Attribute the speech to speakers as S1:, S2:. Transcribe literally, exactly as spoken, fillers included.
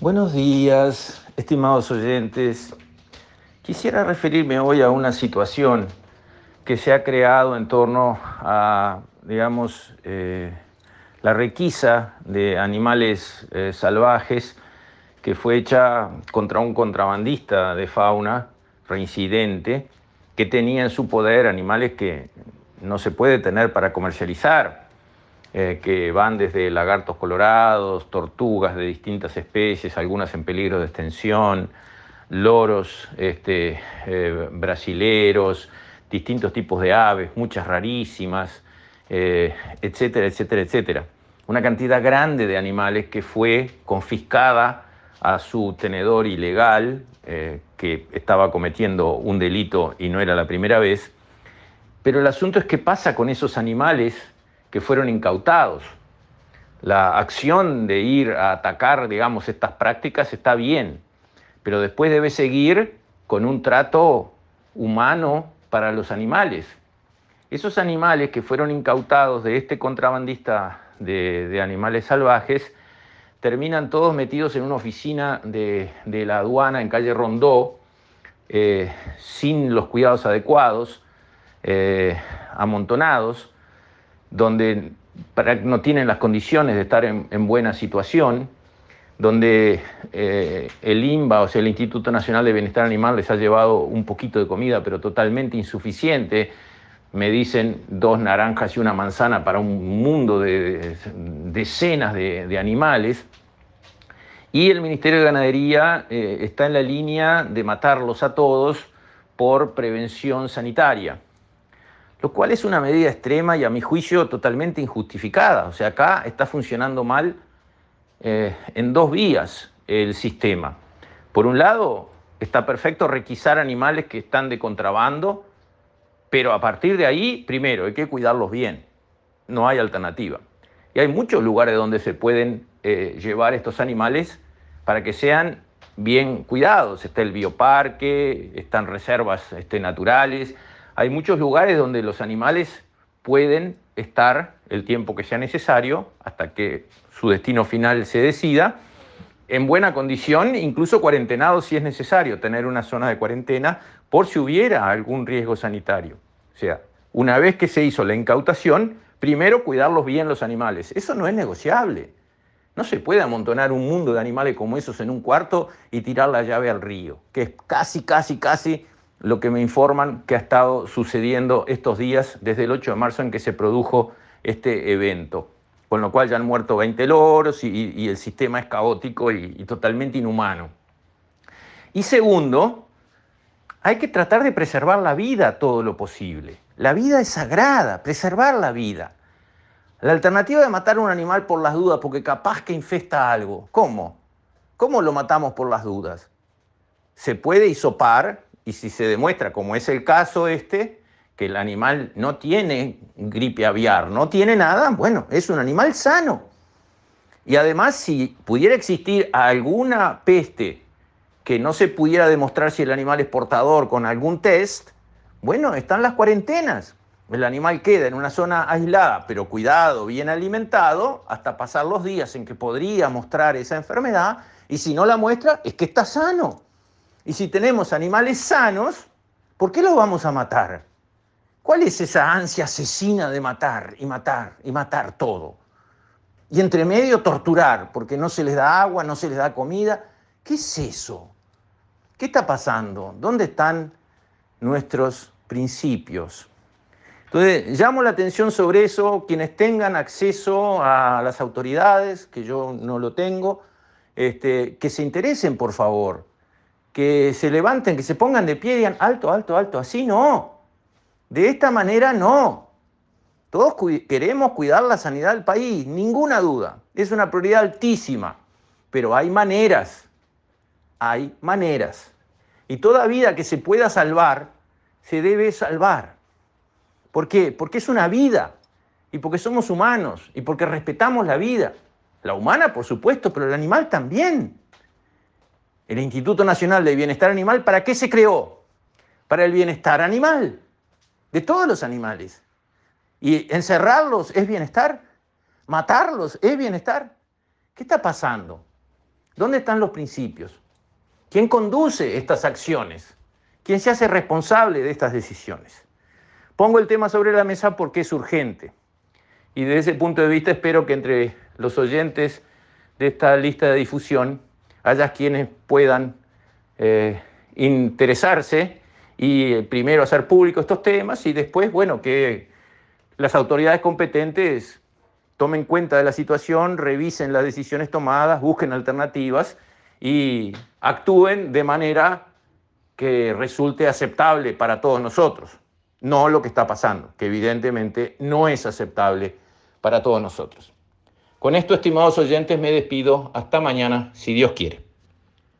S1: Buenos días, estimados oyentes. Quisiera referirme hoy a una situación que se ha creado en torno a, digamos, eh, la requisa de animales eh, salvajes que fue hecha contra un contrabandista de fauna reincidente que tenía en su poder animales que no se puede tener para comercializar. Eh, que van desde lagartos colorados, tortugas de distintas especies, algunas en peligro de extinción, loros este, eh, brasileros, distintos tipos de aves, muchas rarísimas, eh, etcétera, etcétera, etcétera. Una cantidad grande de animales que fue confiscada a su tenedor ilegal, eh, que estaba cometiendo un delito y no era la primera vez. Pero el asunto es qué pasa con esos animales que fueron incautados. La acción de ir a atacar, digamos, estas prácticas está bien, pero después debe seguir con un trato humano para los animales. Esos animales que fueron incautados de este contrabandista de, de animales salvajes terminan todos metidos en una oficina de, de la aduana en calle Rondó, eh, sin los cuidados adecuados, eh, amontonados, donde no tienen las condiciones de estar en, en buena situación, donde eh, el INBA, o sea, el Instituto Nacional de Bienestar Animal, les ha llevado un poquito de comida, pero totalmente insuficiente. Me dicen dos naranjas y una manzana para un mundo de, de decenas de, de animales. Y el Ministerio de Ganadería eh, está en la línea de matarlos a todos por prevención sanitaria, lo cual es una medida extrema y a mi juicio totalmente injustificada. O sea, acá está funcionando mal eh, en dos vías el sistema. Por un lado, está perfecto requisar animales que están de contrabando, pero a partir de ahí, primero, hay que cuidarlos bien. No hay alternativa. Y hay muchos lugares donde se pueden eh, llevar estos animales para que sean bien cuidados. Está el bioparque, están reservas este, naturales. Hay muchos lugares donde los animales pueden estar el tiempo que sea necesario hasta que su destino final se decida, en buena condición, incluso cuarentenados si es necesario, tener una zona de cuarentena por si hubiera algún riesgo sanitario. O sea, una vez que se hizo la incautación, primero cuidarlos bien los animales. Eso no es negociable. No se puede amontonar un mundo de animales como esos en un cuarto y tirar la llave al río, que es casi, casi, casi lo que me informan que ha estado sucediendo estos días desde el ocho de marzo en que se produjo este evento. Con lo cual ya han muerto veinte loros y, y el sistema es caótico y, y totalmente inhumano. Y segundo, hay que tratar de preservar la vida todo lo posible. La vida es sagrada, preservar la vida. La alternativa de matar a un animal por las dudas, porque capaz que infesta algo, ¿cómo? ¿Cómo lo matamos por las dudas? Se puede hisopar, y si se demuestra, como es el caso este, que el animal no tiene gripe aviar, no tiene nada, bueno, es un animal sano. Y además, si pudiera existir alguna peste que no se pudiera demostrar si el animal es portador con algún test, bueno, están las cuarentenas. El animal queda en una zona aislada, pero cuidado, bien alimentado, hasta pasar los días en que podría mostrar esa enfermedad, y si no la muestra, es que está sano. Y si tenemos animales sanos, ¿por qué los vamos a matar? ¿Cuál es esa ansia asesina de matar y matar y matar todo? Y entre medio torturar, porque no se les da agua, no se les da comida. ¿Qué es eso? ¿Qué está pasando? ¿Dónde están nuestros principios? Entonces, llamo la atención sobre eso. Quienes tengan acceso a las autoridades, que yo no lo tengo, este, que se interesen, por favor, que se levanten, que se pongan de pie y digan, alto, alto, alto, así no. De esta manera no. Todos cu queremos cuidar la sanidad del país, ninguna duda. Es una prioridad altísima, pero hay maneras, hay maneras. Y toda vida que se pueda salvar, se debe salvar. ¿Por qué? Porque es una vida, y porque somos humanos, y porque respetamos la vida. La humana, por supuesto, pero el animal también. El Instituto Nacional de Bienestar Animal, ¿para qué se creó? Para el bienestar animal, de todos los animales. ¿Y encerrarlos es bienestar? ¿Matarlos es bienestar? ¿Qué está pasando? ¿Dónde están los principios? ¿Quién conduce estas acciones? ¿Quién se hace responsable de estas decisiones? Pongo el tema sobre la mesa porque es urgente. Y desde ese punto de vista espero que entre los oyentes de esta lista de difusión haya quienes puedan eh, interesarse y eh, primero hacer público estos temas y después, bueno, que las autoridades competentes tomen cuenta de la situación, revisen las decisiones tomadas, busquen alternativas y actúen de manera que resulte aceptable para todos nosotros. No lo que está pasando, que evidentemente no es aceptable para todos nosotros. Con esto, estimados oyentes, me despido. Hasta mañana, si Dios quiere.